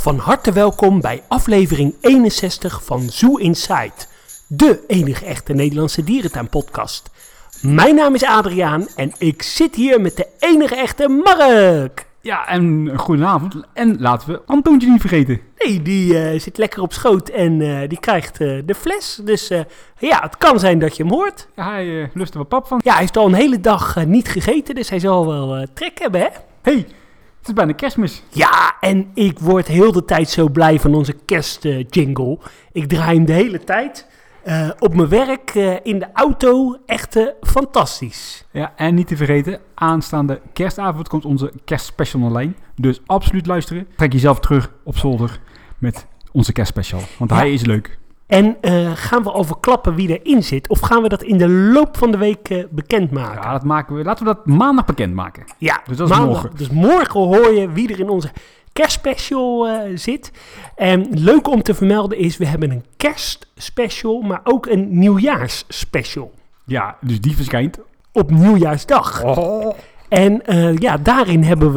Van harte welkom bij aflevering 61 van Zoo Inside, de enige echte Nederlandse dierentuinpodcast. Mijn naam is Adriaan en ik zit hier met de enige echte Mark. Ja, en goedenavond. En laten we Antoontje niet vergeten. Nee, die zit lekker op schoot en die krijgt de fles. Dus ja, het kan zijn dat je hem hoort. Ja, hij lust er wat pap van. Ja, hij heeft al een hele dag niet gegeten, dus hij zal wel trek hebben, hè? Hey, het is bijna Kerstmis. Ja, en ik word heel de tijd zo blij van onze kerstjingle. Ik draai hem de hele tijd. Op mijn werk, in de auto, echt fantastisch. Ja, en niet te vergeten, aanstaande kerstavond komt onze kerstspecial online. Dus absoluut luisteren. Trek jezelf terug op zolder met onze kerstspecial, want hij is leuk. En gaan we al verklappen wie erin zit? Of gaan we dat in de loop van de week bekendmaken? Ja, dat maken we. Laten we dat maandag bekendmaken. Ja, dus dat is maandag. morgen. Dus morgen hoor je wie er in onze kerstspecial zit. En leuk om te vermelden is, we hebben een kerstspecial, maar ook een nieuwjaarsspecial. Ja, dus die verschijnt op nieuwjaarsdag. Oh. En ja, daarin hebben we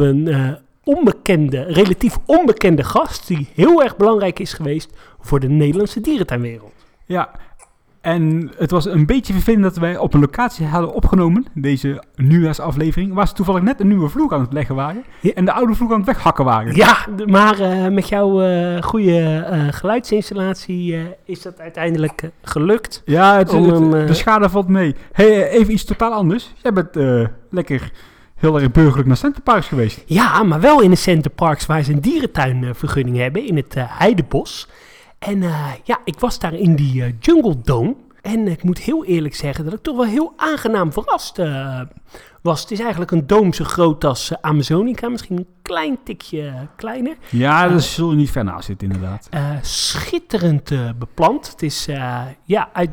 een relatief onbekende gast die heel erg belangrijk is geweest voor de Nederlandse dierentuinwereld. Ja, en het was een beetje vervelend dat wij op een locatie hadden opgenomen, deze nieuwjaarsaflevering, waar ze toevallig net een nieuwe vloer aan het leggen waren en de oude vloer aan het weghakken waren. Ja, maar met jouw goede geluidsinstallatie is dat uiteindelijk gelukt. Ja, de schade valt mee. Hey, even iets totaal anders. Jij bent lekker heel erg burgerlijk naar Centerparks geweest. Ja, maar wel in de Centerparks waar ze een dierentuinvergunning hebben in het Heidebos. En ja, ik was daar in die Jungle Dome. En ik moet heel eerlijk zeggen dat ik toch wel heel aangenaam verrast was. Het is eigenlijk een dome zo groot als Amazonica. Misschien een klein tikje kleiner. Ja, daar zul je niet ver naast zitten inderdaad. Schitterend beplant. Het is ja, uit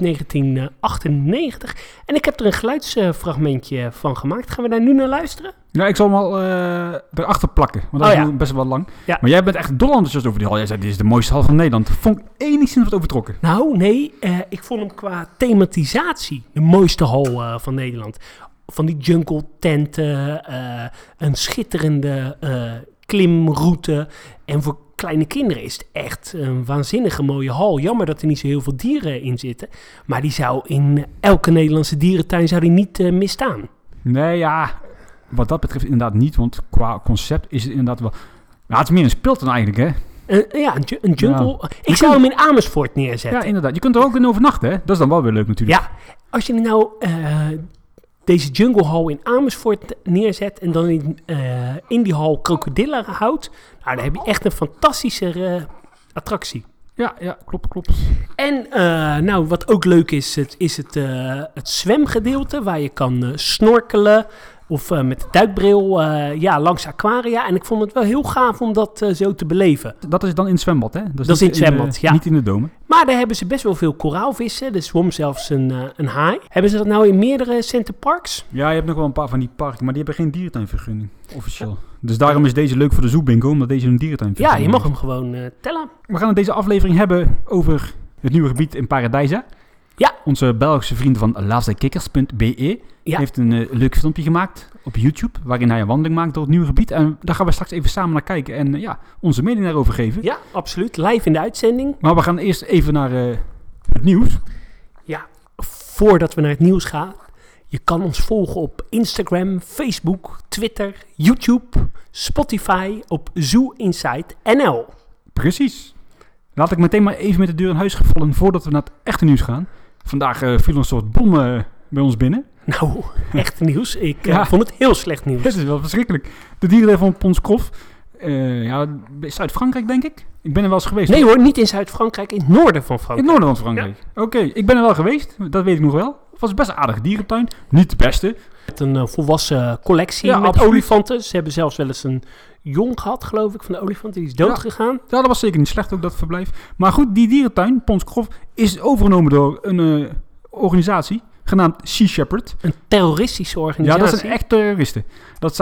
1998. En ik heb er een geluidsfragmentje van gemaakt. Gaan we daar nu naar luisteren? Ja, ik zal hem al erachter plakken, want dat is best wel lang. Ja. Maar jij bent echt dol enthousiast over die hal. Jij zei, dit is de mooiste hal van Nederland. Vond ik enigszins wat overtrokken. Nou, nee. Ik vond hem qua thematisatie de mooiste hal van Nederland. Van die jungle tenten, een schitterende klimroute. En voor kleine kinderen is het echt een waanzinnige mooie hal. Jammer dat er niet zo heel veel dieren in zitten. Maar die zou in elke Nederlandse dierentuin niet misstaan. Nee, ja... Wat dat betreft inderdaad niet, want qua concept is het inderdaad wel... Ja, het is meer een speeltuin eigenlijk, hè? Ja, een jungle. Ja. Ik zou hem in Amersfoort neerzetten. Ja, inderdaad. Je kunt er ook in overnachten, hè? Dat is dan wel weer leuk natuurlijk. Ja, als je nou deze junglehal in Amersfoort neerzet en dan in die hal krokodillen houdt, nou, dan heb je echt een fantastische attractie. Ja, klopt. En nou, wat ook leuk is het zwemgedeelte waar je kan snorkelen. Of met de duikbril langs aquaria. En ik vond het wel heel gaaf om dat zo te beleven. Dat is dan in het zwembad, hè? Dat is in het zwembad, ja. Niet in de dome. Maar daar hebben ze best wel veel koraalvissen. Er zwom zelfs een haai. Hebben ze dat nou in meerdere Centerparks? Ja, je hebt nog wel een paar van die parken. Maar die hebben geen dierentuinvergunning, officieel. Ja. Dus daarom is deze leuk voor de Zoo Bingo, omdat deze een dierentuinvergunning heeft. Ja, je mag hem gewoon tellen. We gaan in deze aflevering hebben over het nieuwe gebied in Paradijsa. Ja. Onze Belgische vrienden van laatstekikkers.be heeft een leuk filmpje gemaakt op YouTube, waarin hij een wandeling maakt door het nieuwe gebied. En daar gaan we straks even samen naar kijken en onze mening daarover geven. Ja, absoluut. Live in de uitzending. Maar we gaan eerst even naar het nieuws. Ja, voordat we naar het nieuws gaan. Je kan ons volgen op Instagram, Facebook, Twitter, YouTube, Spotify, op Zoo Inside NL. Precies. Laat ik meteen maar even met de deur in huis gevallen voordat we naar het echte nieuws gaan. Vandaag viel een soort bom bij ons binnen. Nou, echt nieuws. Ik vond het heel slecht nieuws. Het is wel verschrikkelijk. De dierenleven van Pons Crof. Zuid-Frankrijk, denk ik. Ik ben er wel eens geweest. Nee hoor, niet in Zuid-Frankrijk. In het noorden van Frankrijk. In het noorden van Frankrijk. Ja. Oké, ik ben er wel geweest. Dat weet ik nog wel. Het was best een aardige dierentuin. Niet de beste. Met een volwassen collectie met olifanten. Ze hebben zelfs wel eens een jong gehad, geloof ik, van de olifanten. Die is dood gegaan. Ja, dat was zeker niet slecht ook, dat verblijf. Maar goed, die dierentuin, Pons Crof, is overgenomen door een organisatie genaamd Sea Shepherd. Een terroristische organisatie? Ja, dat zijn echt terroristen. Dat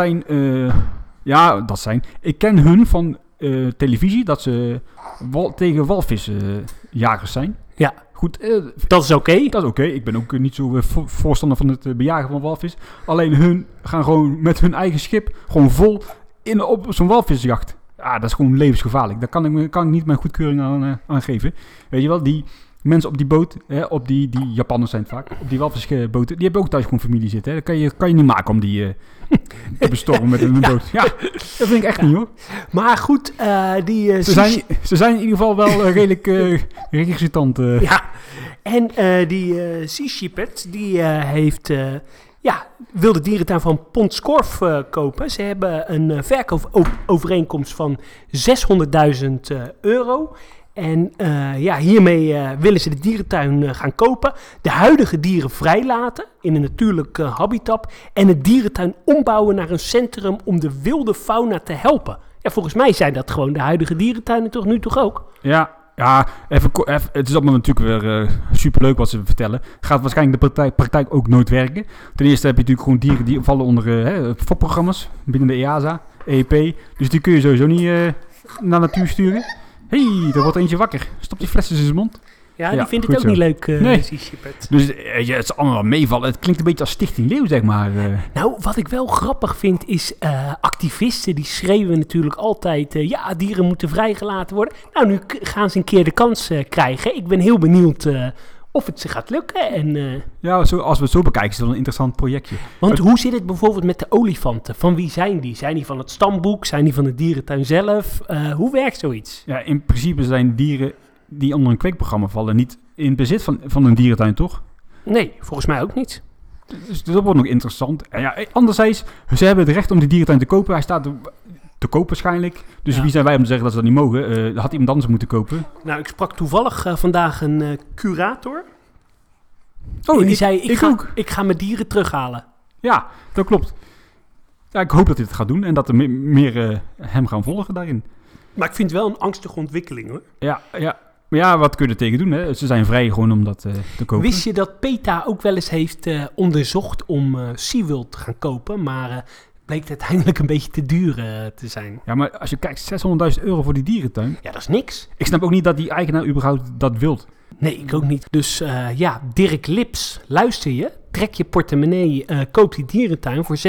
zijn... Ik ken hun van televisie, dat ze tegen walvisjagers zijn. Ja. Goed, dat is oké. Dat is oké. Ik ben ook niet zo voorstander van het bejagen van walvis. Alleen hun gaan gewoon met hun eigen schip gewoon vol op zo'n walvisjacht. ja, dat is gewoon levensgevaarlijk. Daar kan ik niet mijn goedkeuring aan geven. Weet je wel, die mensen op die boot, op die Japanners zijn het vaak, op die walvisboten, die hebben ook thuis gewoon familie zitten. Hè. Dat kan je niet maken om die te bestormen met een boot. Ja, dat vind ik echt niet hoor. Maar goed, ze zijn in ieder geval wel redelijk recrutant. Ja, en die Sea Shepherd, die wil de dierentuin van Pondskorf kopen. Ze hebben een verkoopovereenkomst van €600.000. En hiermee willen ze de dierentuin gaan kopen. De huidige dieren vrijlaten in een natuurlijk habitat. En de dierentuin ombouwen naar een centrum om de wilde fauna te helpen. Ja, volgens mij zijn dat gewoon de huidige dierentuinen toch ook? Ja, even, het is allemaal natuurlijk weer superleuk wat ze vertellen. Gaat waarschijnlijk de praktijk ook nooit werken. Ten eerste heb je natuurlijk gewoon dieren die vallen onder fokprogramma's binnen de EASA, EEP. Dus die kun je sowieso niet naar natuur sturen. Er wordt eentje wakker. Stop die fles in zijn mond. Ja, die vindt het ook niet leuk, nee. Sea Shepherd. Dus het is allemaal meevallen. Het klinkt een beetje als Stichting Leeuw, zeg maar. Nou, wat ik wel grappig vind is activisten die schreeuwen natuurlijk altijd... dieren moeten vrijgelaten worden. Nou, nu gaan ze een keer de kans krijgen. Ik ben heel benieuwd of het ze gaat lukken. En, als we het zo bekijken is het wel een interessant projectje. Want hoe zit het bijvoorbeeld met de olifanten? Van wie zijn die? Zijn die van het stamboek? Zijn die van de dierentuin zelf? Hoe werkt zoiets? Ja, in principe zijn dieren die onder een kweekprogramma vallen niet in bezit van een dierentuin, toch? Nee, volgens mij ook niet. Dus dat wordt nog interessant. En ja, anderzijds, ze hebben het recht om die dierentuin te kopen. Hij staat te koop waarschijnlijk. Dus wie zijn wij om te zeggen dat ze dat niet mogen? Had iemand anders moeten kopen. Nou, ik sprak toevallig vandaag een curator. Oh, en die zei, ik ga mijn dieren terughalen. Ja, dat klopt. Ja, ik hoop dat hij het gaat doen en dat er meer hem gaan volgen daarin. Maar ik vind het wel een angstige ontwikkeling, hoor. Ja. Maar ja, wat kun je er tegen doen? Hè? Ze zijn vrij gewoon om dat te kopen. Wist je dat PETA ook wel eens heeft onderzocht om SeaWorld te gaan kopen, maar bleek uiteindelijk een beetje te duur te zijn. Ja, maar als je kijkt, €600.000 voor die dierentuin. Ja, dat is niks. Ik snap ook niet dat die eigenaar überhaupt dat wilt. Nee, ik ook niet. Dus Dirk Lips, luister je? Trek je portemonnee, koop die dierentuin. Voor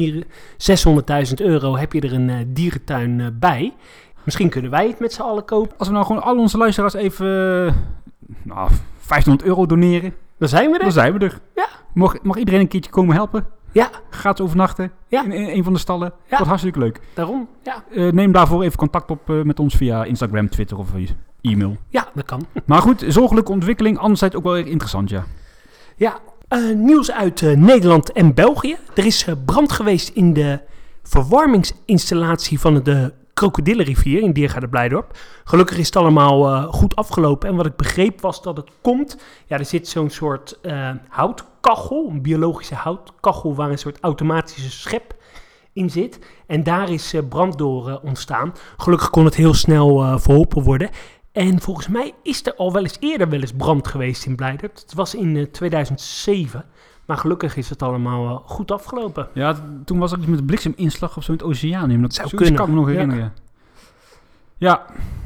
€600.000 heb je er een dierentuin bij. Misschien kunnen wij het met z'n allen kopen. Als we nou gewoon al onze luisteraars even €500 doneren. Dan zijn we er. Dan zijn we er. Ja. Mag iedereen een keertje komen helpen? Ja. Gaat overnachten in een van de stallen. Ja. Wordt hartstikke leuk. Daarom, ja. Neem daarvoor even contact op met ons via Instagram, Twitter of e-mail. Ja, dat kan. Maar goed, zorgelijke ontwikkeling. Anderzijds ook wel erg interessant, ja. Ja, nieuws uit Nederland en België. Er is brand geweest in de verwarmingsinstallatie van de Krokodillenrivier in Diergaarde-Blijdorp. Gelukkig is het allemaal goed afgelopen. En wat ik begreep was dat het komt... Ja, er zit zo'n soort houtkachel, een biologische houtkachel... waar een soort automatische schep in zit. En daar is brand door ontstaan. Gelukkig kon het heel snel verholpen worden. En volgens mij is er al wel eens brand geweest in Blijdorp. Het was in 2007... Maar gelukkig is het allemaal goed afgelopen. Ja, toen was het met een blikseminslag of zo in het oceaan. Dat zou kunnen. Kan ik me nog herinneren. Ja,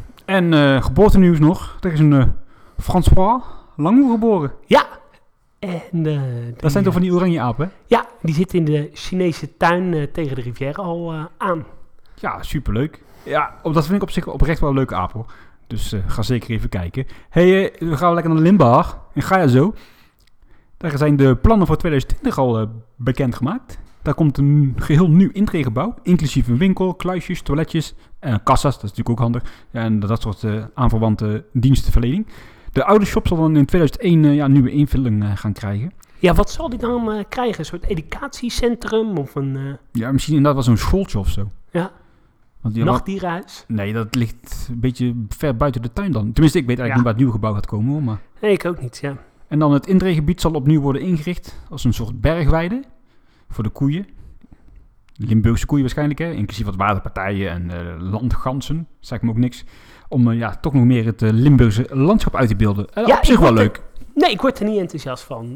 en geboortenieuws nog. Er is een François Langoe geboren. Ja. En, dat zijn toch van die oranje apen? Ja, die zit in de Chinese tuin tegen de rivière al aan. Ja, superleuk. Ja, dat vind ik op zich oprecht wel een leuke aap hoor. Dus ga zeker even kijken. Hey, we gaan lekker naar Limburg. En ga je zo. Daar zijn de plannen voor 2020 al bekendgemaakt. Daar komt een geheel nieuw intreegebouw, inclusief een winkel, kluisjes, toiletjes en kassa's. Dat is natuurlijk ook handig. Ja, en dat soort aanverwante dienstverlening. De oude shop zal dan in 2001 een nieuwe invulling gaan krijgen. Ja, wat zal die dan krijgen? Een soort educatiecentrum of een... Ja, misschien inderdaad wel zo'n schooltje of zo. Ja. Nachtdierenhuis? Nee, dat ligt een beetje ver buiten de tuin dan. Tenminste, ik weet eigenlijk niet waar het nieuwe gebouw gaat komen hoor. Maar... Nee, ik ook niet, ja. En dan het intreegebied zal opnieuw worden ingericht als een soort bergweide voor de koeien. Limburgse koeien waarschijnlijk, hè? Inclusief wat waterpartijen en landgansen. Zeg ik me ook niks. Om toch nog meer het Limburgse landschap uit te beelden. Op zich wel leuk. Nee, ik word er niet enthousiast van.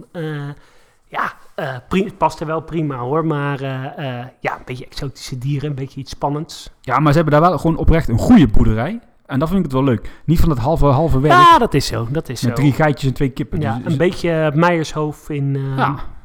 Het past er wel prima hoor. Maar een beetje exotische dieren, een beetje iets spannends. Ja, maar ze hebben daar wel gewoon oprecht een goede boerderij. En dat vind ik het wel leuk. Niet van het halve werk. Ja, dat is zo. Met 3 geitjes en 2 kippen. Ja, een beetje Meijershoofd in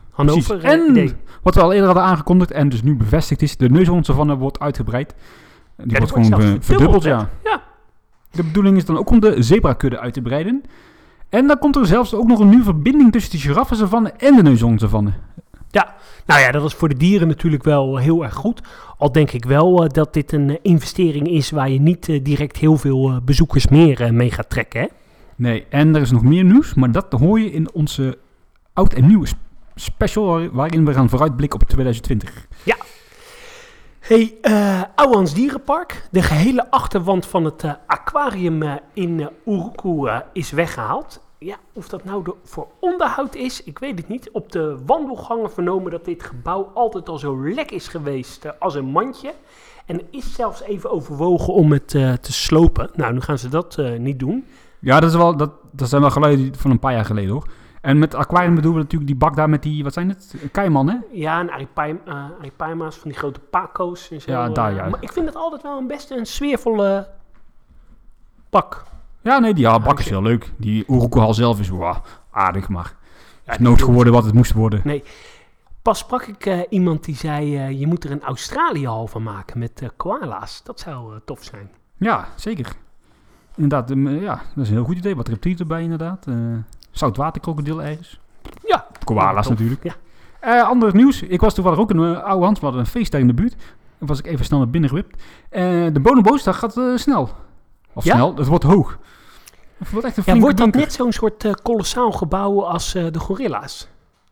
Hannover. En wat we al eerder hadden aangekondigd en dus nu bevestigd is, de neushoornsavanne wordt uitgebreid. Die wordt gewoon verdubbeld, ja. Ja. De bedoeling is dan ook om de zebrakudde uit te breiden. En dan komt er zelfs ook nog een nieuwe verbinding tussen de giraffensavanne en de neushoornsavanne. Ja, nou ja, dat is voor de dieren natuurlijk wel heel erg goed. Al denk ik wel dat dit een investering is waar je niet direct heel veel bezoekers meer mee gaat trekken, hè? Nee, en er is nog meer nieuws, maar dat hoor je in onze oud en nieuwe special, waarin we gaan vooruitblikken op 2020. Ja. Hey, Ouwehands Dierenpark. De gehele achterwand van het aquarium in Uruku is weggehaald. Ja, of dat nou voor onderhoud is, ik weet het niet. Op de wandelgangen vernomen dat dit gebouw altijd al zo lek is geweest als een mandje. En er is zelfs even overwogen om het te slopen. Nou, nu gaan ze dat niet doen. Ja, dat zijn wel geluiden van een paar jaar geleden, hoor. En met aquarium bedoelen we natuurlijk die bak daar met die, wat zijn het? Een keiman, hè? Ja, een Aripaima's van die grote paco's en zo. Ja, daar juist. Maar ik vind het altijd wel best een sfeervolle bak. Ja, nee, die bak is heel leuk. Die Uruku-hal zelf is aardig, maar Ja, is nooit geworden wat het moest worden. Nee. Pas sprak ik iemand die zei, je moet er een Australië-hal van maken met koala's. Dat zou tof zijn. Ja, zeker. Inderdaad, ja, dat is een heel goed idee. Wat reptielen erbij, inderdaad. Zoutwaterkrokodil ergens. Ja. Koala's tof. natuurlijk. Ja. Ander nieuws. Ik was toevallig ook in Ouwehands. We hadden een feest daar in de buurt. Dan was ik even snel naar binnen gewipt. De Bonobo's-dag gaat snel. Of Ja? snel, het wordt hoog. Het wordt echt een Ja, flinke wordt dat bunker. net zo'n soort kolossaal gebouw als de gorilla's?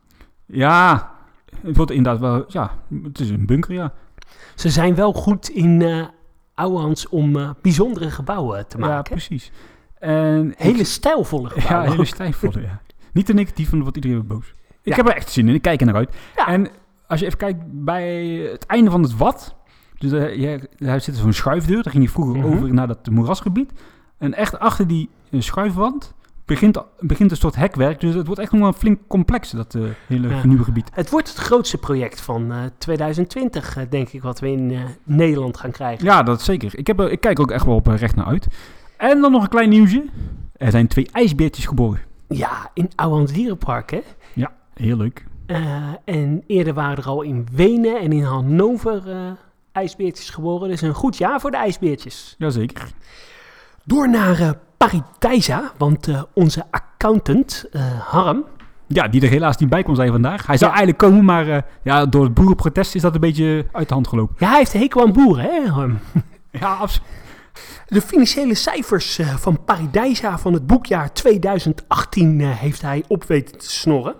Ja, het wordt inderdaad wel... Ja, het is een bunker, ja. Ze zijn wel goed in Ouwehands om bijzondere gebouwen te maken. Ja, precies. En Hele stijlvolle gebouwen. Ja, hele ook. stijfvolle, ja. Niet te negatief, want dan wordt iedereen weer boos. Ik Ja. heb er echt zin in, ik kijk er naar uit. Ja. En als je even kijkt bij het einde van het Wad, dus daar zit zo'n schuifdeur, daar ging je vroeger over naar dat moerasgebied. En echt achter die schuifwand begint een soort hekwerk, dus het wordt echt nog een flink complex, dat hele nieuwe gebied. Het wordt het grootste project van 2020, denk ik, wat we in Nederland gaan krijgen. Ja, dat zeker. Ik kijk er ook echt wel oprecht naar uit. En dan nog een klein nieuwsje. Er zijn 2 ijsbeertjes geboren. Ja, in Ouwehands Dierenpark, hè? Ja, heel leuk. En eerder waren er al in Wenen en in Hannover ijsbeertjes geboren. Dus een goed jaar voor de ijsbeertjes. Jazeker. Door naar Paradijsa, want onze accountant, Harm... Ja, die er helaas niet bij kon zijn vandaag. Hij zou eigenlijk komen, maar door het boerenprotest is dat een beetje uit de hand gelopen. Ja, hij heeft een hekel aan boeren, hè, Harm? Ja, absoluut. De financiële cijfers van Paradijsa van het boekjaar 2018 heeft hij op weten te snorren.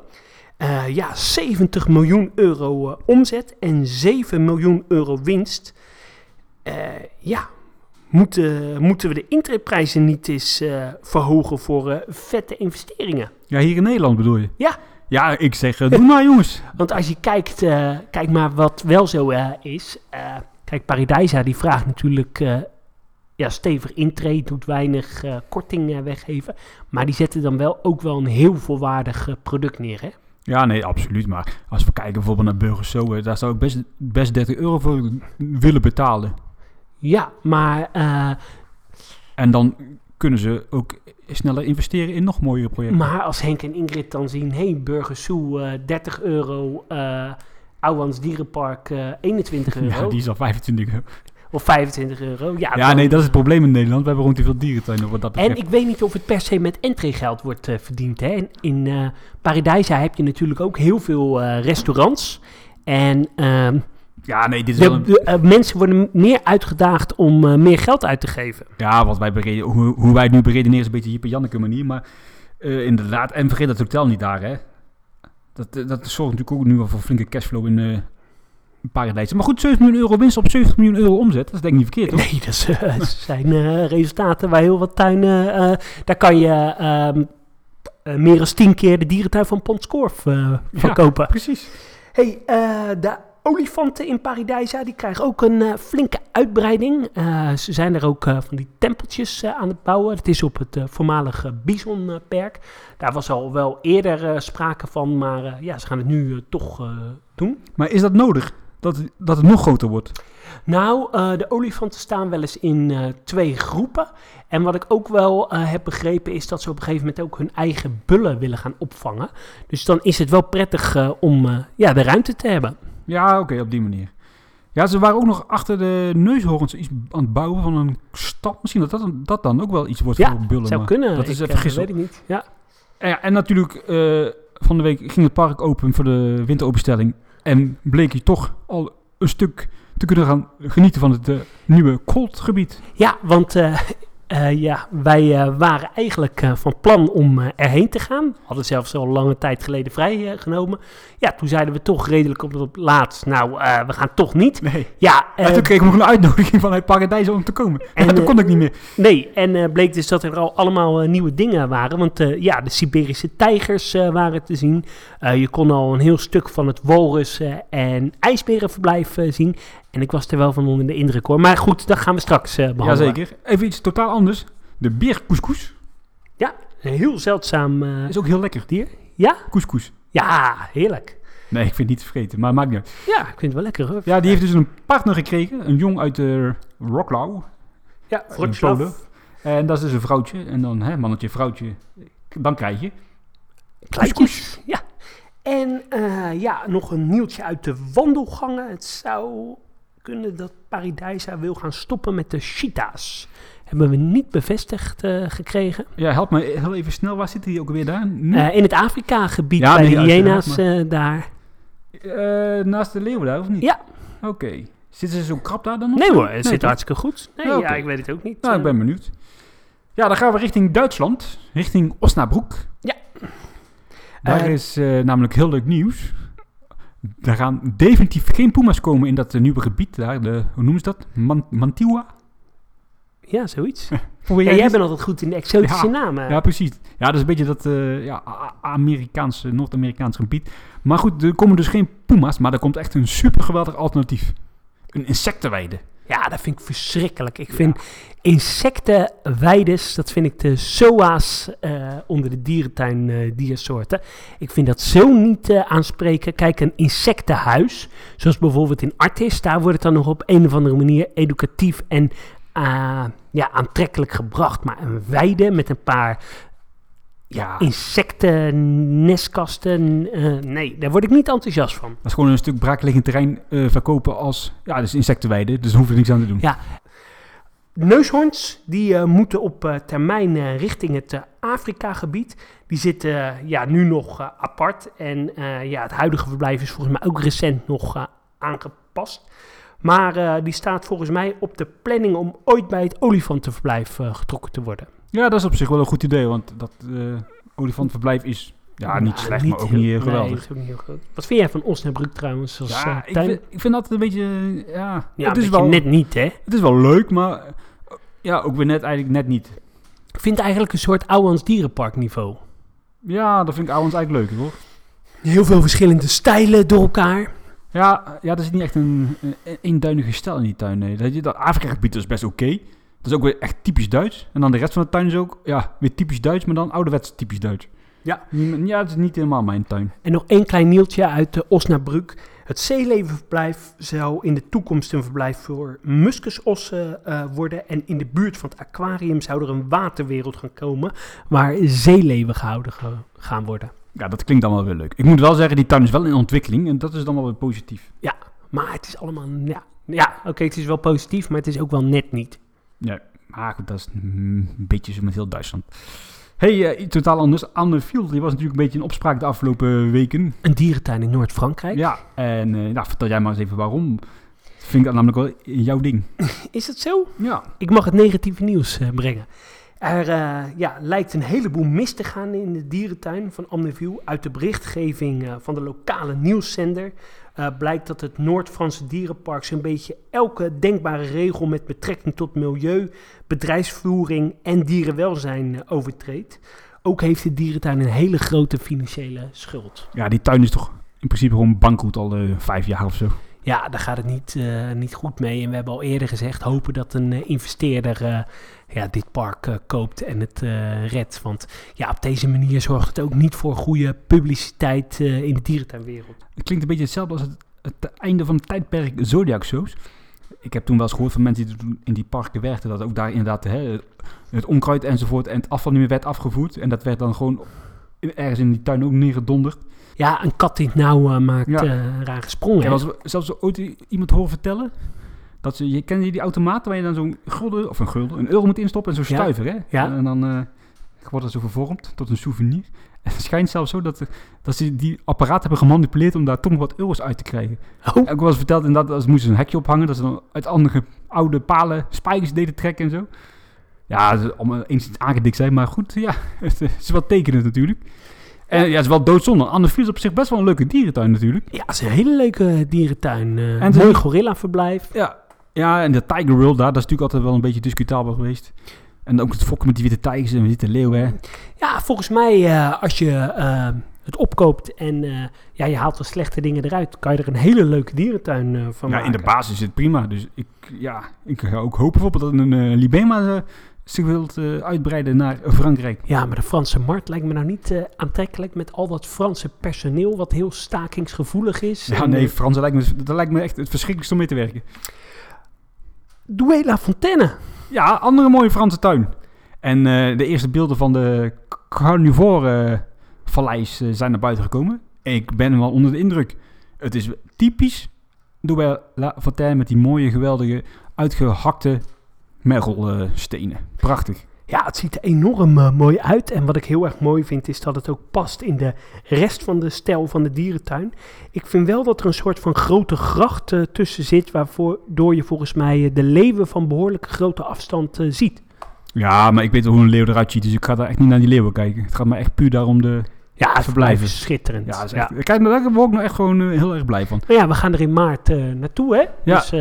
70 miljoen euro omzet en 7 miljoen euro winst. Moeten we de intredeprijzen niet eens verhogen voor vette investeringen? Ja, hier in Nederland bedoel je? Ja. Ja, ik zeg, doe maar jongens. Want als je kijkt, kijk maar wat wel zo is. Kijk, Paradijsa die vraagt natuurlijk stevig intree, doet weinig korting weggeven. Maar die zetten dan wel ook wel een heel volwaardig product neer, hè? Ja, nee, absoluut. Maar als we kijken bijvoorbeeld naar Burgers Zo, daar zou ik best 30 euro voor willen betalen. Ja, maar... En dan kunnen ze ook sneller investeren in nog mooiere projecten. Maar als Henk en Ingrid dan zien, hey, Burgers Zoo, 30 euro, Ouwehands Dierenpark, 21 euro. Ja, die is al 25 euro. Of 25 euro. Ja, Ja, dan... nee, dat is het probleem in Nederland. We hebben gewoon te veel dierentuinen wat dat betreft. En ik weet niet of het per se met entreegeld wordt verdiend. Hè? In Paradijsa heb je natuurlijk ook heel veel restaurants. En ja, nee, dit is wel mensen worden meer uitgedaagd om meer geld uit te geven. Ja, wat wij hoe wij het nu beredeneren is een beetje Jip en Janneke manier. Maar inderdaad, en vergeet dat hotel niet daar, hè. Dat zorgt natuurlijk ook nu wel voor flinke cashflow in Paradijsa. Maar goed, 7 miljoen euro winst op 70 miljoen euro omzet. Dat is denk ik niet verkeerd, hoor. Nee, dat zijn resultaten waar heel wat tuinen... daar kan je meer dan 10 keer de dierentuin van Pondskorf van kopen. Precies. Hey, de olifanten in Paradijsa, die krijgen ook een flinke uitbreiding. Ze zijn er ook van die tempeltjes aan het bouwen. Het is op het voormalige Bisonperk. Daar was al wel eerder sprake van, maar ze gaan het nu toch doen. Maar is dat nodig? Dat het nog groter wordt? Nou, de olifanten staan wel eens in 2 groepen. En wat ik ook wel heb begrepen is dat ze op een gegeven moment ook hun eigen bullen willen gaan opvangen. Dus dan is het wel prettig om de ruimte te hebben. Ja, oké, op die manier. Ja, ze waren ook nog achter de neushoorns iets aan het bouwen van een stad. Misschien dat dan ook wel iets wordt voor bullen. Zou kunnen. Dat is ik even gissel. weet ik niet. Ja. En natuurlijk, van de week ging het park open voor de winteropenstelling. En bleek je toch al een stuk te kunnen gaan genieten van het nieuwe Colt-gebied. Ja, want wij waren eigenlijk van plan om erheen te gaan. Hadden zelfs al lange tijd geleden vrijgenomen. Ja, toen zeiden we toch redelijk op het laatst. Nou, we gaan toch niet. Nee. Ja, En toen kreeg ik nog een uitnodiging vanuit Paradijs om te komen. En toen kon ik niet meer. Nee, en bleek dus dat er al allemaal nieuwe dingen waren. Want de Siberische tijgers waren te zien. Je kon al een heel stuk van het walrus- en ijsberenverblijf zien. En ik was er wel van onder de indruk hoor. Maar goed, dat gaan we straks behandelen. Jazeker. Even iets totaal anders. De beercouscous. Ja, een heel zeldzaam Is ook heel lekker. dier. Ja? Couscous. Ja, heerlijk. Nee, ik vind het niet te vergeten, maar maakt niet uit. Ja, ik vind het wel lekker hoor. Ja, die heeft dus een partner gekregen. Een jong uit Wroclaw. Ja, in Wroclaw. Polen. En dat is dus een vrouwtje. En dan mannetje, vrouwtje. Dan krijg je. Kleintjes. Ja. En nog een nieuwtje uit de wandelgangen. Het zou kunnen dat Paradijsa wil gaan stoppen met de cheetahs. Hebben we niet bevestigd gekregen. Ja, help me heel even snel. Waar zit hij ook weer daar? In het Afrika-gebied Ja, bij nee, de hyena's daar. Naast de leeuwen daar, of niet? Ja. Oké. Zitten ze zo krap daar dan nog? Nee hoor, het Nee, zit toch? hartstikke goed. Nee, Ja, oké. ik weet het ook niet. Nou, ik ben benieuwd. Ja, dan gaan we richting Duitsland. Richting Osnabrück. Ja. Daar is namelijk heel leuk nieuws. Daar gaan definitief geen puma's komen in dat nieuwe gebied daar. Hoe noemen ze dat? Mantua? Ja, zoiets. Hoe Ja, jij bent altijd goed in de exotische Ja. namen. Ja, precies. Ja, dat is een beetje dat Noord-Amerikaans gebied. Maar goed, er komen dus geen puma's, maar er komt echt een super geweldig alternatief. Een insectenweide. Ja, dat vind ik verschrikkelijk. Ik vind insectenweides, dat vind ik de SOA's onder de dierentuin diersoorten. Ik vind dat zo niet aanspreken. Kijk, een insectenhuis, zoals bijvoorbeeld in Artis, daar wordt het dan nog op een of andere manier educatief en aantrekkelijk gebracht. Maar een weide met een paar insecten-nestkasten, nee, daar word ik niet enthousiast van. Dat is gewoon een stuk braakliggend terrein verkopen als, dus insectenweide. Dus daar hoef je niks aan te doen. Ja. Neushoorns, die moeten op termijn richting het Afrika-gebied. Die zitten nu nog apart. En het huidige verblijf is volgens mij ook recent nog aangepast. Maar die staat volgens mij op de planning om ooit bij het olifantenverblijf getrokken te worden. Ja, dat is op zich wel een goed idee, want dat olifantenverblijf is niet slecht, maar ook niet heel geweldig. Nee, is ook niet heel groot. Wat vind jij van Osnabrück trouwens als tuin? Ik vind dat een beetje, het is wel net niet, hè? Het is wel leuk, maar ook weer eigenlijk net niet. Ik vind het eigenlijk een soort Ouwans dierenpark niveau. Ja, dat vind ik Ouwans eigenlijk leuk, hoor. Heel veel verschillende stijlen door elkaar. Ja, er zit niet echt een eenduinige stijl in die tuin. Nee. Dat Afrika-gebied is best oké. Dat is ook weer echt typisch Duits. En dan de rest van de tuin is ook weer typisch Duits, maar dan ouderwets typisch Duits. Ja, het is niet helemaal mijn tuin. En nog één klein nieuwtje uit Osnabrück. Het zeelevenverblijf zou in de toekomst een verblijf voor muskusossen worden. En in de buurt van het aquarium zou er een waterwereld gaan komen waar zeeleven gehouden gaan worden. Ja, dat klinkt allemaal weer leuk. Ik moet wel zeggen, die tuin is wel in ontwikkeling en dat is dan wel weer positief. Ja, maar het is allemaal... Oké, het is wel positief, maar het is ook wel net niet. Ja, maar goed, dat is een beetje zo met heel Duitsland. Hey, totaal anders. Anne Field, die was natuurlijk een beetje in opspraak de afgelopen weken. Een dierentuin in Noord-Frankrijk. Ja, en vertel jij maar eens even waarom. Vind ik dat namelijk wel jouw ding. Is dat zo? Ja. Ik mag het negatieve nieuws brengen. Er lijkt een heleboel mis te gaan in de dierentuin van Amneville. Uit de berichtgeving van de lokale nieuwszender blijkt dat het Noord-Franse dierenpark zo'n beetje elke denkbare regel met betrekking tot milieu, bedrijfsvoering en dierenwelzijn overtreedt. Ook heeft de dierentuin een hele grote financiële schuld. Ja, die tuin is toch in principe gewoon bankroet al 5 jaar of zo. Ja, daar gaat het niet goed mee. En we hebben al eerder gezegd, hopen dat een investeerder dit park koopt en het redt. Want op deze manier zorgt het ook niet voor goede publiciteit in de dierentuinwereld. Het klinkt een beetje hetzelfde als het einde van het tijdperk Zodiac Shows. Ik heb toen wel eens gehoord van mensen die toen in die parken werkten, dat ook daar inderdaad het onkruid enzovoort en het afval niet meer werd afgevoerd. En dat werd dan gewoon ergens in die tuin ook neergedonderd. Ja, een kat in het nauw maakt rare sprongen. Ik hè? was zelfs ooit iemand horen vertellen... Ken je die automaat waar je dan zo'n een euro moet instoppen en zo'n stuiver, hè? Ja. En dan wordt dat zo gevormd tot een souvenir. En het schijnt zelfs zo dat ze die apparaat hebben gemanipuleerd om daar toch nog wat euro's uit te krijgen. Oh. Ik was verteld inderdaad dat ze moesten een hekje ophangen, dat ze dan uit andere oude palen spijkers deden trekken en zo. Ja, dat is allemaal eens aangedikt zijn, maar goed, ja, het is wel tekenend natuurlijk. En ja, het is wel doodzonde. Annefries is op zich best wel een leuke dierentuin natuurlijk. Ja, het is een hele leuke dierentuin. En mooi gorillaverblijf. Ja, en de Tiger World daar, dat is natuurlijk altijd wel een beetje discutabel geweest. En ook het fokken met die witte tijgers en witte leeuwen. Ja, volgens mij als je het opkoopt en je haalt de slechte dingen eruit, kan je er een hele leuke dierentuin van maken. In de basis is het prima. Dus ik ga ook hopen bijvoorbeeld dat een Libema zich wilt uitbreiden naar Frankrijk. Ja, maar de Franse markt lijkt me nou niet aantrekkelijk met al dat Franse personeel wat heel stakingsgevoelig is. Ja, en, nee, Franse lijkt me echt het verschrikkelijkste om mee te werken. Douai la Fontaine. Ja, andere mooie Franse tuin. En de eerste beelden van de Carnivore Valleis zijn naar buiten gekomen. Ik ben wel onder de indruk. Het is typisch Douai la Fontaine met die mooie, geweldige, uitgehakte mergelstenen. Prachtig. Ja, het ziet er enorm mooi uit. En wat ik heel erg mooi vind, is dat het ook past in de rest van de stijl van de dierentuin. Ik vind wel dat er een soort van grote gracht tussen zit, waardoor je volgens mij de leeuwen van behoorlijk grote afstand ziet. Ja, maar ik weet wel hoe een leeuw eruit ziet, dus ik ga daar echt niet naar die leeuwen kijken. Het gaat me echt puur daarom het verblijven. Is schitterend. Ja, dat is echt, Kijk, daar word ik nou echt gewoon heel erg blij van. Nou ja, we gaan er in maart naartoe, hè? Ja. Dus,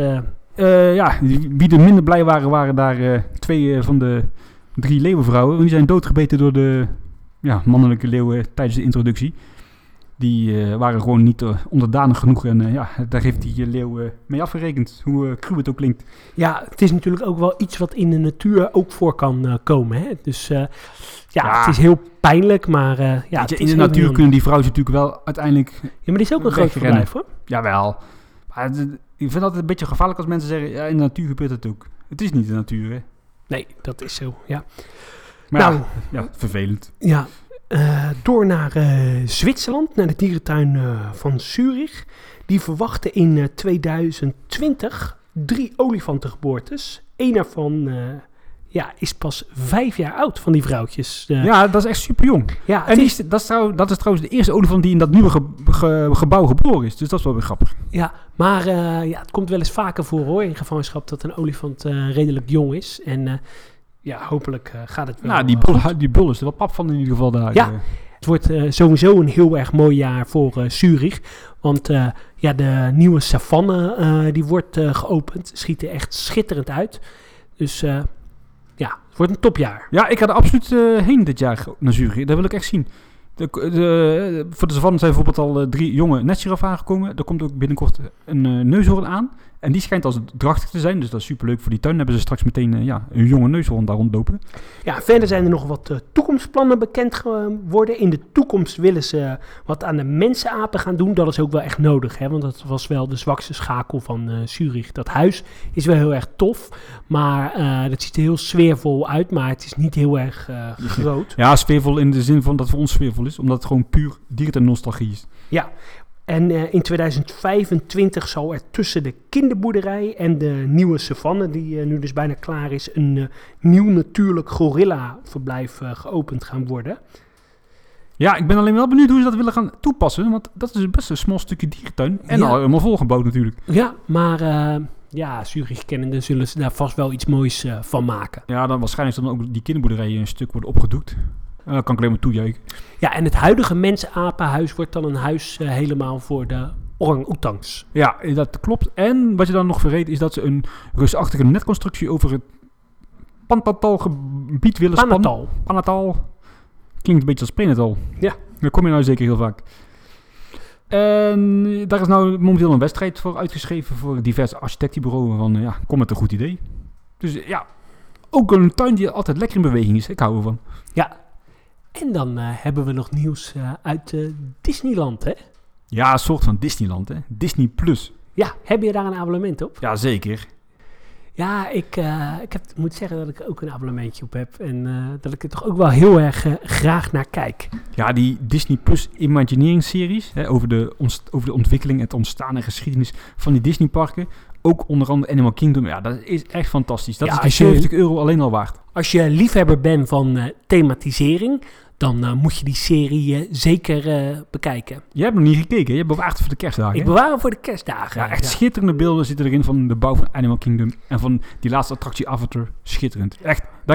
wie er minder blij waren daar 2 van de 3 leeuwenvrouwen. Die zijn doodgebeten door de mannelijke leeuwen tijdens de introductie. Die waren gewoon niet onderdanig genoeg. En daar heeft die leeuw mee afgerekend. Hoe cru het ook klinkt. Ja, het is natuurlijk ook wel iets wat in de natuur ook voor kan komen. Hè? Dus het is heel pijnlijk. Maar het in de natuur kunnen die vrouwen natuurlijk wel uiteindelijk... Ja, maar dit is ook een groot verblijf, hoor. Jawel. Maar ik vind het altijd een beetje gevaarlijk als mensen zeggen... Ja, in de natuur gebeurt het ook. Het is niet de natuur, hè? Nee, dat is zo, ja. Maar vervelend. Ja, door naar Zwitserland, naar de dierentuin van Zurich. Die verwachten in 2020 3 olifantengeboortes. Eén daarvan is pas 5 jaar oud van die vrouwtjes. Ja, dat is echt super jong. Ja, en dat is trouwens de eerste olifant die in dat nieuwe gebouw geboren is. Dus dat is wel weer grappig. Ja, maar het komt wel eens vaker voor, hoor, in gevangenschap dat een olifant redelijk jong is. En hopelijk gaat het wel. Nou, die bul is er wel pap van in ieder geval daar. Ja, het wordt sowieso een heel erg mooi jaar voor Zurich. Want de nieuwe savanne die wordt geopend. Ziet er echt schitterend uit. Dus het wordt een topjaar. Ja, ik ga er absoluut heen dit jaar naar Zurich. Dat wil ik echt zien. Voor de savanne zijn bijvoorbeeld al 3 jonge netgiraffen aangekomen. Er komt ook binnenkort een neushoorn aan. En die schijnt als drachtig te zijn. Dus dat is superleuk voor die tuin. Dan hebben ze straks meteen een jonge neushoorn daar rondlopen. Ja, verder zijn er nog wat toekomstplannen bekend geworden. In de toekomst willen ze wat aan de mensenapen gaan doen. Dat is ook wel echt nodig. Hè? Want dat was wel de zwakste schakel van Zurich. Dat huis is wel heel erg tof. Maar dat ziet er heel sfeervol uit. Maar het is niet heel erg groot. Ja, sfeervol in de zin van dat het voor ons sfeervol is. Omdat het gewoon puur dierentuin-nostalgie is. Ja. En in 2025 zal er tussen de kinderboerderij en de nieuwe savanne, die nu dus bijna klaar is, een nieuw natuurlijk gorilla-verblijf geopend gaan worden. Ja, ik ben alleen wel benieuwd hoe ze dat willen gaan toepassen, want dat is best een smal stukje dierentuin. En al helemaal volgebouwd natuurlijk. Ja, maar Zurich-kennenden zullen ze daar vast wel iets moois van maken. Ja, dan waarschijnlijk zal dan ook die kinderboerderij een stuk worden opgedoekt. Dat kan ik alleen maar toejuichen. Ja, en het huidige mensenapenhuis wordt dan een huis helemaal voor de orang-oetangs. Ja, dat klopt. En wat je dan nog vergeet is dat ze een reusachtige netconstructie over het Panatal-gebied willen spannen. Panatal. Klinkt een beetje als prenatal. Ja. Daar kom je nou zeker heel vaak. En daar is nou momenteel een wedstrijd voor uitgeschreven voor diverse architectenbureaus van, kom met een goed idee. Dus ook een tuin die altijd lekker in beweging is. Ik hou ervan. Ja. En dan hebben we nog nieuws uit Disneyland, hè? Ja, een soort van Disneyland, hè? Disney Plus. Ja, heb je daar een abonnement op? Ja, zeker. Ja, ik moet zeggen dat ik er ook een abonnementje op heb. En dat ik er toch ook wel heel erg graag naar kijk. Ja, die Disney Plus Imagineering series, over de ontwikkeling, het ontstaan en geschiedenis van die Disney parken. Ook onder andere Animal Kingdom. Ja, dat is echt fantastisch. Dat is die €70 alleen al waard. Als je liefhebber bent van thematisering, dan moet je die serie zeker bekijken. Je hebt nog niet gekeken, je bewaart het voor de kerstdagen. Ik bewaar hem voor de kerstdagen. Ja, echt schitterende beelden zitten erin van de bouw van Animal Kingdom. En van die laatste attractie Avatar. Schitterend. Echt, daar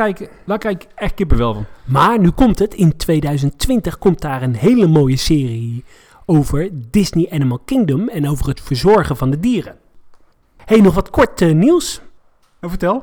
krijg ik echt kippenvel van. Maar nu komt het. In 2020 komt daar een hele mooie serie over Disney Animal Kingdom en over het verzorgen van de dieren. Hey, nog wat kort nieuws. Vertel.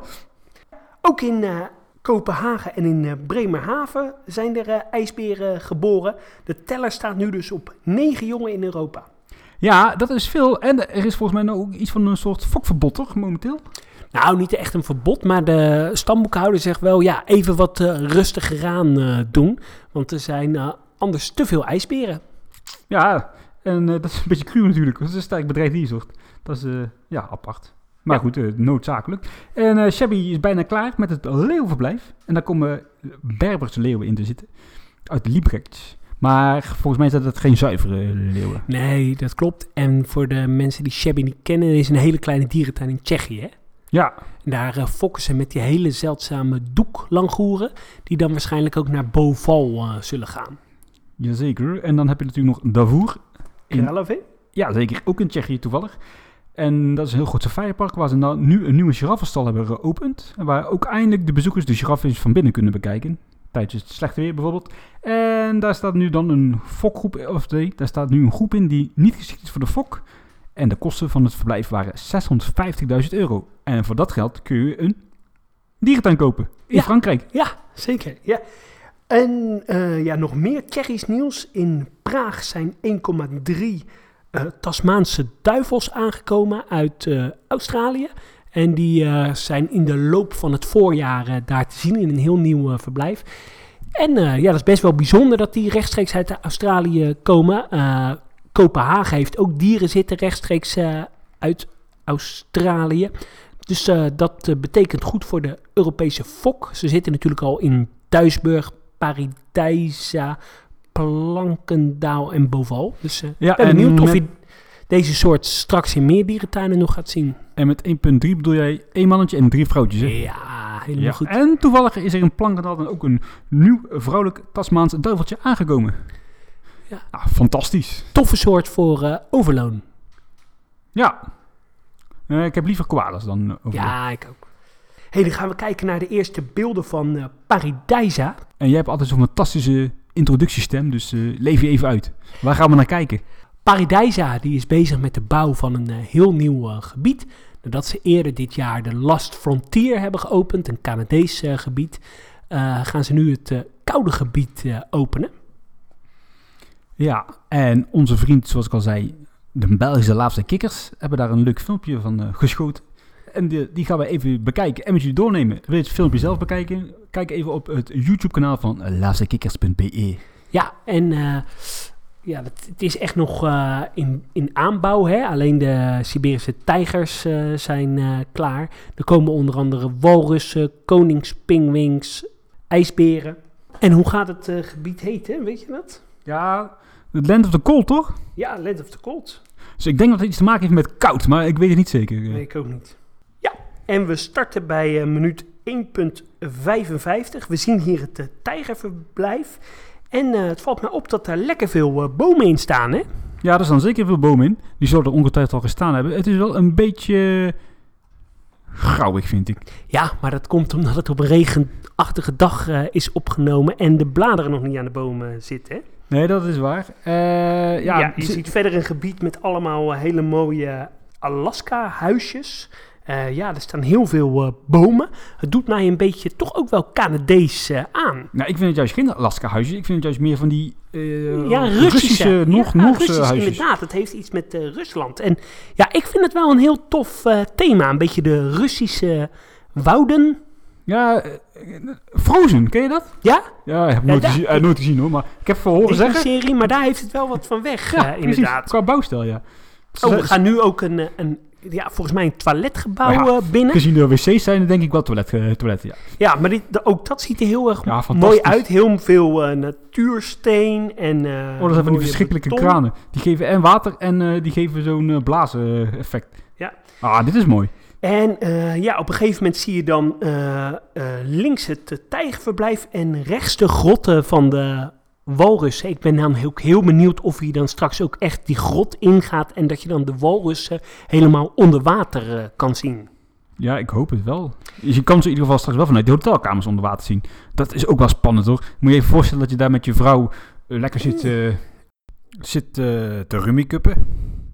Ook in Kopenhagen en in Bremerhaven zijn er ijsberen geboren. De teller staat nu dus op 9 jongen in Europa. Ja, dat is veel. En er is volgens mij ook iets van een soort fokverbod, toch, momenteel? Nou, niet echt een verbod, maar de stamboekhouder zegt wel, ja, even wat rustiger aan doen. Want er zijn anders te veel ijsberen. Ja, en dat is een beetje cruw natuurlijk, want het is een sterk bedrijf diersoort. Dat is, apart. Maar goed, noodzakelijk. En Shabby is bijna klaar met het leeuwverblijf. En daar komen Berberse leeuwen in te zitten. Uit Liebrecht. Maar volgens mij zijn dat geen zuivere leeuwen. Nee, dat klopt. En voor de mensen die Shabby niet kennen, er is een hele kleine dierentuin in Tsjechië, hè? Ja. En daar fokken ze met die hele zeldzame doeklangoeren, die dan waarschijnlijk ook naar Beauval zullen gaan. Jazeker. En dan heb je natuurlijk nog Davour. Kralove? Ja, zeker. Ook in Tsjechië toevallig. En dat is een heel groot safaripark waar ze nou nu een nieuwe giraffenstal hebben geopend. En waar ook eindelijk de bezoekers de giraffen van binnen kunnen bekijken. Tijdens het slechte weer bijvoorbeeld. En daar staat nu dan een fokgroep, daar staat nu een groep in die niet geschikt is voor de fok. En de kosten van het verblijf waren €650.000. En voor dat geld kun je een dierentuin kopen in Frankrijk. Ja, zeker. Ja. En nog meer Tsjechisch nieuws. In Praag zijn 1,3 Tasmaanse duivels aangekomen uit Australië. En die zijn in de loop van het voorjaar daar te zien in een heel nieuw verblijf. En dat is best wel bijzonder dat die rechtstreeks uit Australië komen. Kopenhagen heeft ook dieren zitten rechtstreeks uit Australië. Dus dat betekent goed voor de Europese fok. Ze zitten natuurlijk al in Duisburg, Paradijsa, Plankendaal en Beauval. Dus ben benieuwd of je deze soort straks in meer dierentuinen nog gaat zien. En met 1,3 bedoel jij 1 mannetje en 3 vrouwtjes, hè? Ja, helemaal goed. En toevallig is er in Plankendaal dan ook een nieuw vrouwelijk Tasmaans duiveltje aangekomen. Ja. Ah, fantastisch. Toffe soort voor overloon. Ja. Ik heb liever koalas dan overloon. Ja, ik ook. Hey, dan gaan we kijken naar de eerste beelden van Paradijsa. En jij hebt altijd zo'n fantastische introductiestem, dus leef je even uit. Waar gaan we naar kijken? Paradijsa die is bezig met de bouw van een heel nieuw gebied. Nadat ze eerder dit jaar de Last Frontier hebben geopend, een Canadees gebied, gaan ze nu het koude gebied openen. Ja, en onze vriend, zoals ik al zei, de Belgische Laafste Kikkers, hebben daar een leuk filmpje van geschoten. En die gaan we even bekijken en met jullie doornemen. Wil je het filmpje zelf bekijken? Kijk even op het YouTube-kanaal van laafstekikkers.be. Ja, en het is echt nog in aanbouw. Hè? Alleen de Siberische tijgers zijn klaar. Er komen onder andere walrussen, koningspingwings, ijsberen. En hoe gaat het gebied heten? Weet je dat? Ja, het Land of the Cold, toch? Ja, Land of the Cold. Dus ik denk dat het iets te maken heeft met koud, maar ik weet het niet zeker. Nee, ik ook niet. Ja, en we starten bij minuut 1,55. We zien hier het tijgerverblijf. En het valt me op dat er lekker veel bomen in staan, hè? Ja, er staan zeker veel bomen in. Die zullen er ongetwijfeld al gestaan hebben. Het is wel een beetje grauwig, vind ik. Ja, maar dat komt omdat het op een regenachtige dag is opgenomen en de bladeren nog niet aan de bomen zitten, hè? Nee, dat is waar. Je ziet verder een gebied met allemaal hele mooie Alaska-huisjes. Er staan heel veel bomen. Het doet mij een beetje toch ook wel Canadees aan. Nou, ik vind het juist geen Alaska-huisjes. Ik vind het juist meer van die Russische Noorse huisjes. Inderdaad, het heeft iets met Rusland. En ja, ik vind het wel een heel tof thema. Een beetje de Russische wouden. Ja, Frozen, ken je dat? Ja? Ja, ik heb nooit gezien hoor, maar ik heb horen zeggen. Een serie, maar daar heeft het wel wat van weg, ja, inderdaad. Qua bouwstijl, ja. We gaan nu ook een volgens mij een toiletgebouw binnen. Gezien de wc's zijn er denk ik wel toiletten, ja. Ja, maar ook dat ziet er heel erg Ja, mooi fantastisch. uit. Heel veel natuursteen en Dat zijn van die mooie verschrikkelijke beton. kranen. Die geven en water en die geven zo'n blazen effect. Ja. Dit is mooi. En op een gegeven moment zie je dan links het tijgerverblijf en rechts de grotten van de walrussen. Ik ben dan ook heel benieuwd of je dan straks ook echt die grot ingaat en dat je dan de walrussen helemaal onder water kan zien. Ja, ik hoop het wel. Dus je kan ze in ieder geval straks wel vanuit de hotelkamers onder water zien. Dat is ook wel spannend hoor. Moet je even voorstellen dat je daar met je vrouw lekker zit te rummikuppen.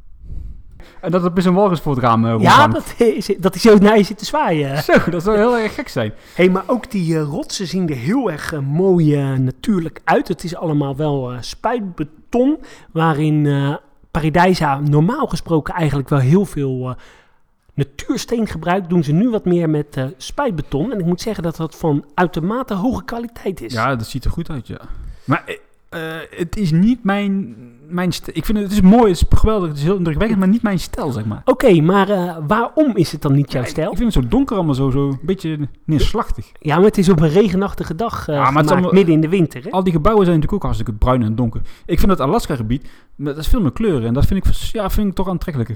En dat er opeens een walrus voor het raam rondhangt. Dat is zo naar je zit te zwaaien. Zo, dat zou heel erg gek zijn. Maar ook die rotsen zien er heel erg mooi natuurlijk uit. Het is allemaal wel spuitbeton, waarin Paradijsa normaal gesproken eigenlijk wel heel veel natuursteen gebruikt. Doen ze nu wat meer met spuitbeton. En ik moet zeggen dat dat van uitermate hoge kwaliteit is. Ja, dat ziet er goed uit, ja. Maar het is niet mijn stijl. Ik vind het is mooi, het is geweldig, het is heel indrukwekkend, maar niet mijn stijl, zeg maar. Oké, maar waarom is het dan niet jouw stijl? Ik vind het zo donker allemaal, zo een beetje neerslachtig. Ja, maar het is op een regenachtige dag maar het gemaakt, is allemaal, midden in de winter. Hè? Al die gebouwen zijn natuurlijk ook hartstikke bruin en donker. Ik vind het Alaska-gebied, dat is veel meer kleuren en dat vind ik toch aantrekkelijker.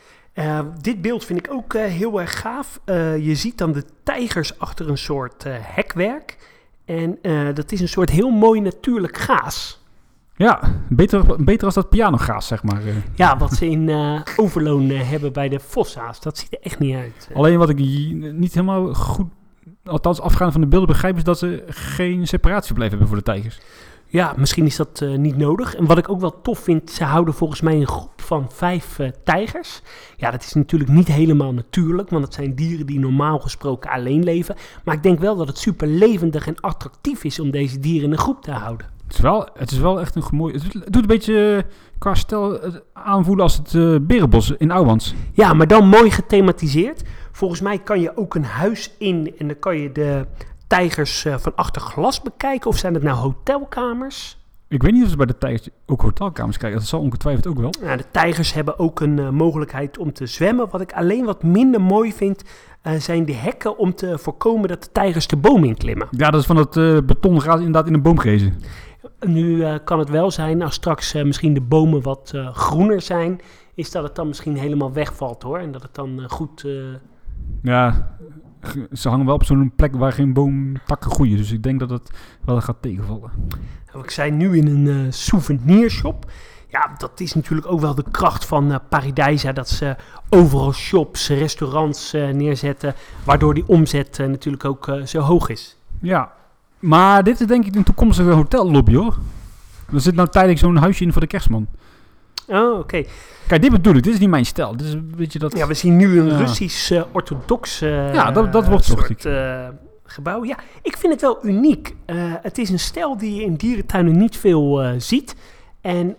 Dit beeld vind ik ook heel erg gaaf. Je ziet dan de tijgers achter een soort hekwerk. En dat is een soort heel mooi natuurlijk gaas. Ja, beter als dat pianogaas, zeg maar. Ja, wat ze in Overloon hebben bij de Vossa's. Dat ziet er echt niet uit. Alleen wat ik niet helemaal goed, althans afgaande van de beelden begrijp, is dat ze geen separatieverblijf hebben voor de tijgers. Ja, misschien is dat niet nodig. En wat ik ook wel tof vind, ze houden volgens mij een groep van 5 tijgers. Ja, dat is natuurlijk niet helemaal natuurlijk, want het zijn dieren die normaal gesproken alleen leven. Maar ik denk wel dat het super levendig en attractief is om deze dieren in een groep te houden. Het is wel echt een mooi. Het doet een beetje qua stijl aanvoelen als het Berenbos in Ouwans. Ja, maar dan mooi gethematiseerd. Volgens mij kan je ook een huis in en dan kan je de tijgers van achter glas bekijken. Of zijn het nou hotelkamers? Ik weet niet of ze bij de tijgers ook hotelkamers krijgen. Dat zal ongetwijfeld ook wel. Nou, de tijgers hebben ook een mogelijkheid om te zwemmen. Wat ik alleen wat minder mooi vind, zijn de hekken om te voorkomen dat de tijgers de boom inklimmen. Ja, dat is van het betonraad inderdaad in een boom gerezen. Nu kan het wel zijn, als straks misschien de bomen wat groener zijn, is dat het dan misschien helemaal wegvalt hoor. En dat het dan goed... Ja, ze hangen wel op zo'n plek waar geen boomtakken groeien. Dus ik denk dat het wel gaat tegenvallen. Ik zei nu in een souvenirshop. Ja, dat is natuurlijk ook wel de kracht van Paradijsa. Dat ze overal shops, restaurants neerzetten. Waardoor die omzet natuurlijk ook zo hoog is. Ja, maar dit is denk ik een toekomstige hotellobby hoor. Er zit nou tijdelijk zo'n huisje in voor de kerstman. Oh, oké. Kijk, dit bedoel ik. Dit is niet mijn stijl. Dit is een beetje dat... Ja, we zien nu een Russisch orthodox dat wordt soort gebouw. Ja, ik vind het wel uniek. Het is een stijl die je in dierentuinen niet veel ziet. En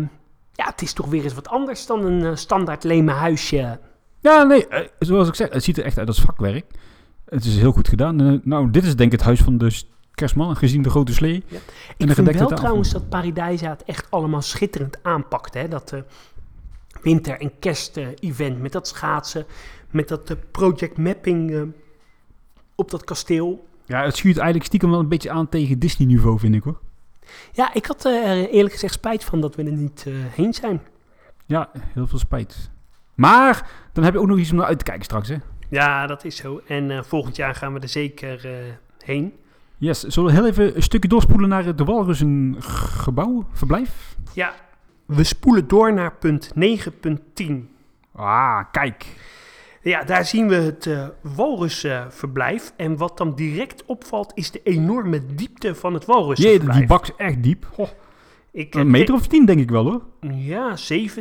het is toch weer eens wat anders dan een standaard leme huisje. Ja, nee, zoals ik zeg, het ziet er echt uit als vakwerk. Het is heel goed gedaan. Nou, dit is denk ik het huis van de kerstman, gezien de grote slee. Ja. En Ik vind wel trouwens dat Paradijsa het echt allemaal schitterend aanpakt. Hè? Dat winter- en kerst-event met dat schaatsen, met dat project mapping op dat kasteel. Ja, het schuurt eigenlijk stiekem wel een beetje aan tegen Disney-niveau, vind ik hoor. Ja, ik had er eerlijk gezegd spijt van dat we er niet heen zijn. Ja, heel veel spijt. Maar dan heb je ook nog iets om naar uit te kijken straks, hè? Ja, dat is zo. En volgend jaar gaan we er zeker heen. Yes, zullen we heel even een stukje doorspoelen naar de walrussengebouw, verblijf? Ja, we spoelen door naar punt 9.10. Ah, kijk. Ja, daar zien we het walrusverblijf. En wat dan direct opvalt is de enorme diepte van het walrusverblijf. Die bak is echt diep. Goh, Ik, een meter of 10 denk ik wel hoor. Ja,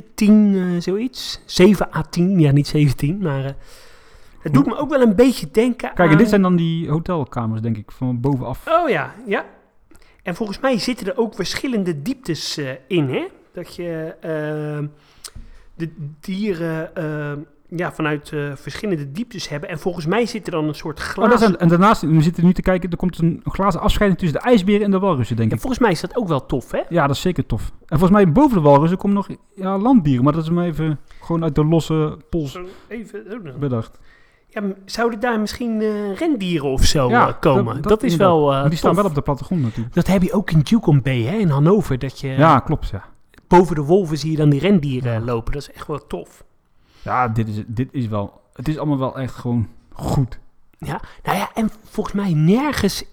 17, zoiets. 7 à 10, ja niet 17, maar het doet me ook wel een beetje denken aan... Kijk, en dit zijn dan die hotelkamers denk ik, van bovenaf. Oh ja, ja. En volgens mij zitten er ook verschillende dieptes in, hè? Dat je de dieren vanuit verschillende dieptes hebben. En volgens mij zit er dan een soort glazen... En daarnaast, we zitten nu te kijken, er komt een glazen afscheiding tussen de ijsberen en de walrussen, denk ik. Volgens mij is dat ook wel tof, hè? Ja, dat is zeker tof. En volgens mij boven de walrussen komen nog landdieren, maar dat is maar even gewoon uit de losse pols bedacht. Ja, zouden daar misschien rendieren of zo komen? Dat is wel maar die staan tof. wel op de plattegrond natuurlijk. Dat heb je ook in Yukon Bay, hè, in Hannover. Dat je, Ja, klopt, ja. Boven de wolven zie je dan die rendieren lopen. Dat is echt wel tof. Ja, dit is wel... Het is allemaal wel echt gewoon goed. Ja, nou ja, en volgens mij nergens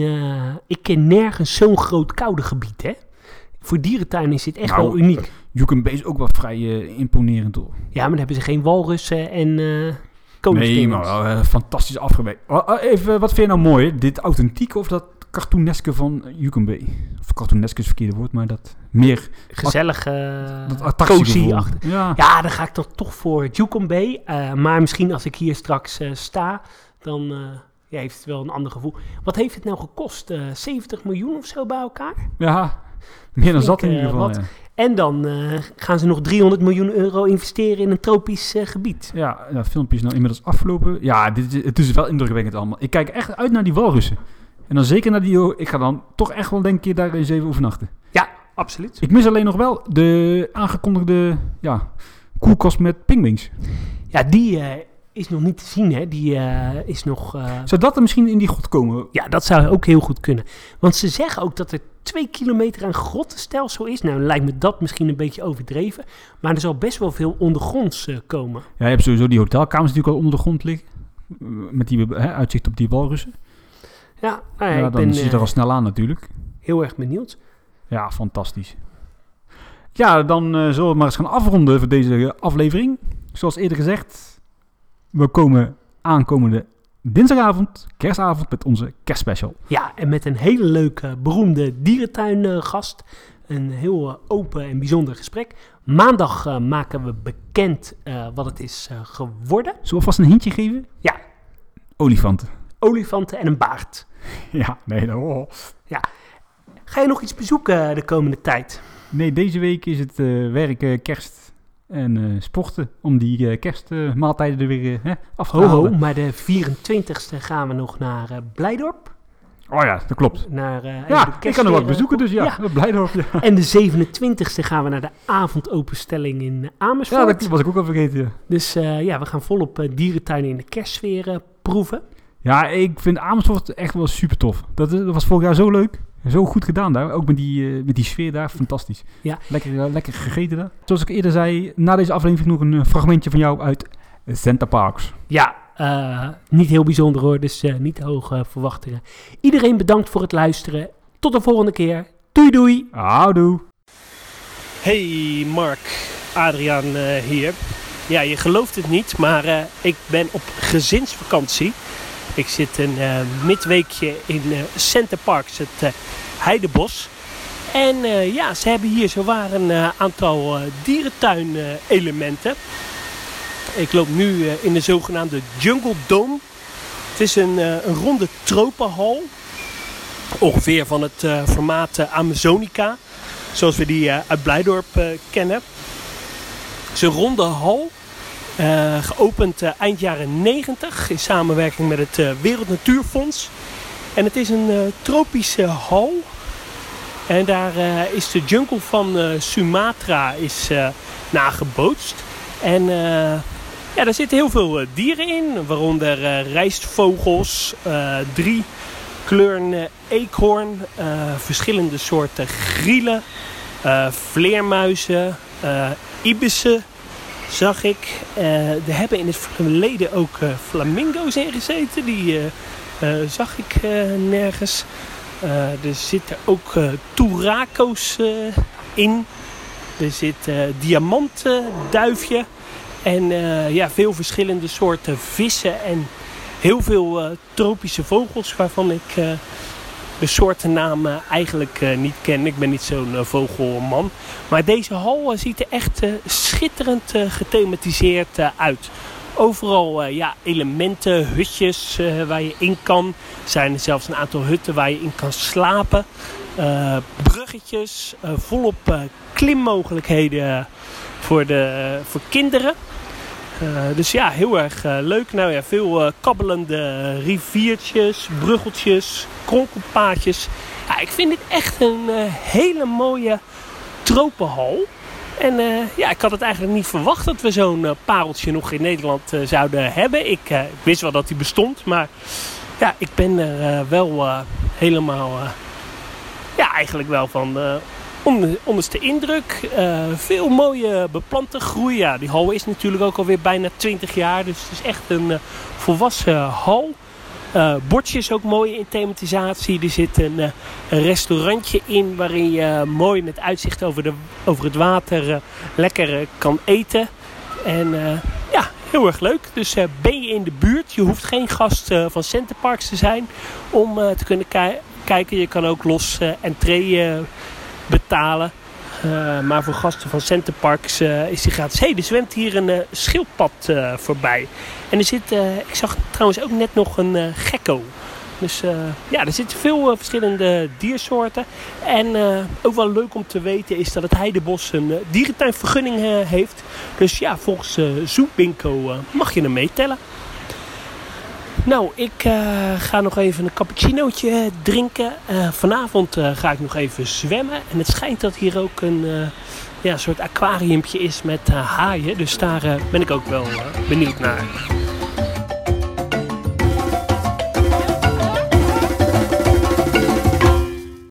ik ken nergens zo'n groot koude gebied, hè. Voor dierentuinen is dit echt wel uniek. Yukon Bay is ook wel vrij imponerend, hoor. Ja, maar dan hebben ze geen walrussen en koningsdingers. Nee, maar fantastisch afgewerkt. Even, wat vind je nou mooi? Dit authentieke of dat cartooneske van Yukon Bay? Of cartooneske is het verkeerde woord, maar dat meer... Gezellige, cozy-achtig. Ja, dan ga ik dan toch voor Yukon Bay. Maar misschien als ik hier straks sta, dan heeft het wel een ander gevoel. Wat heeft het nou gekost? 70 miljoen of zo bij elkaar? Ja, meer dan zat in ieder geval. Ja. En dan gaan ze nog 300 miljoen euro investeren in een tropisch gebied. Ja, filmpje is nou inmiddels afgelopen. Ja, het is wel indrukwekkend allemaal. Ik kijk echt uit naar die walrussen. En dan zeker naar die... Ik ga dan toch echt wel denk ik daar eens even overnachten. Ja, absoluut. Ik mis alleen nog wel de aangekondigde koelkast met pinguïns. Ja, die is nog niet te zien, hè. Die is nog... Zou dat er misschien in die grot komen? Ja, dat zou ook heel goed kunnen. Want ze zeggen ook dat er 2 kilometer aan grottenstelsel is. Nou, lijkt me dat misschien een beetje overdreven. Maar er zal best wel veel ondergronds komen. Ja, je hebt sowieso die hotelkamers natuurlijk al onder de grond liggen. Met die uitzicht op die walrussen. Ja, dan zit er al snel aan natuurlijk. Heel erg benieuwd. Ja, fantastisch. Ja, dan zullen we maar eens gaan afronden voor deze aflevering. Zoals eerder gezegd, we komen aankomende dinsdagavond, kerstavond, met onze kerstspecial. Ja, en met een hele leuke, beroemde dierentuingast. Een heel open en bijzonder gesprek. Maandag maken we bekend wat het is geworden. Zullen we vast een hintje geven? Ja. Olifanten en een baard. Ja, nee, dat... Ja. Ga je nog iets bezoeken de komende tijd? Nee, deze week is het werken, kerst en sporten om die kerstmaaltijden er weer af te halen. Maar de 24e gaan we nog naar Blijdorp. Oh ja, dat klopt. Ik kan nog wat bezoeken, dus Blijdorp. Ja. En de 27e gaan we naar de avondopenstelling in Amersfoort. Ja, dat was ik ook al vergeten. Ja. Dus we gaan volop dierentuinen in de kerstsfeer proeven. Ja, ik vind Amersfoort echt wel super tof. Dat was vorig jaar zo leuk. Zo goed gedaan daar. Ook met die sfeer daar. Fantastisch. Ja. Lekker gegeten daar. Zoals ik eerder zei, na deze aflevering nog een fragmentje van jou uit Center Parcs. Ja, niet heel bijzonder hoor. Dus niet te hoge verwachtingen. Iedereen bedankt voor het luisteren. Tot de volgende keer. Doei doei. Houdoe. Hey Mark, Adriaan hier. Ja, je gelooft het niet, maar ik ben op gezinsvakantie. Ik zit een midweekje in Center Parcs, het Heidebos. En ze hebben hier zowaar een aantal dierentuin-elementen. Ik loop nu in de zogenaamde Jungle Dome. Het is een ronde tropenhal. Ongeveer van het formaat Amazonica. Zoals we die uit Blijdorp kennen. Het is een ronde hal. Geopend eind jaren 90 in samenwerking met het Wereld Natuurfonds. En het is een tropische hal. En daar is de jungle van Sumatra nagebootst. En daar zitten heel veel dieren in. Waaronder rijstvogels, 3 kleuren eekhoorn, verschillende soorten grielen, vleermuizen, ibissen. Zag ik. Er hebben in het verleden ook flamingo's in gezeten. Die zag ik nergens. Er zitten ook toeraco's in. Er zit diamantduifje. En veel verschillende soorten vissen. En heel veel tropische vogels waarvan ik de soortennaam eigenlijk niet ken. Ik ben niet zo'n vogelman. Maar deze hal ziet er echt schitterend gethematiseerd uit. Overal elementen, hutjes waar je in kan. Er zijn zelfs een aantal hutten waar je in kan slapen. Bruggetjes, volop klimmogelijkheden voor kinderen. Dus ja, heel erg leuk. Nou ja, veel kabbelende riviertjes, bruggeltjes, kronkelpaadjes. Ja, ik vind dit echt een hele mooie tropenhal. En ja, ik had het eigenlijk niet verwacht dat we zo'n pareltje nog in Nederland zouden hebben. Ik wist wel dat die bestond, maar ja, ik ben er wel helemaal, ja, eigenlijk wel van onderste indruk. Veel mooie beplante groei. Ja, die hal is natuurlijk ook alweer bijna 20 jaar, dus het is echt een volwassen hal. Bordjes ook mooi in thematisatie. Er zit een restaurantje in waarin je mooi met uitzicht over het water lekker kan eten. En ja, heel erg leuk. Dus ben je in de buurt, je hoeft geen gast van Centerparks te zijn om te kunnen kijken. Je kan ook los entree betalen. Maar voor gasten van Centerparks is die gratis. Er zwemt hier een schildpad voorbij. En er zit, ik zag trouwens ook net nog een gekko. Dus ja, er zitten veel verschillende diersoorten. En ook wel leuk om te weten is dat het Heidebos een dierentuinvergunning heeft. Dus ja, volgens Zoetbinco mag je hem meetellen. Nou, ik ga nog even een cappuccinootje drinken. Vanavond ga ik nog even zwemmen. En het schijnt dat hier ook een soort aquariumpje is met haaien. Dus daar ben ik ook wel benieuwd naar.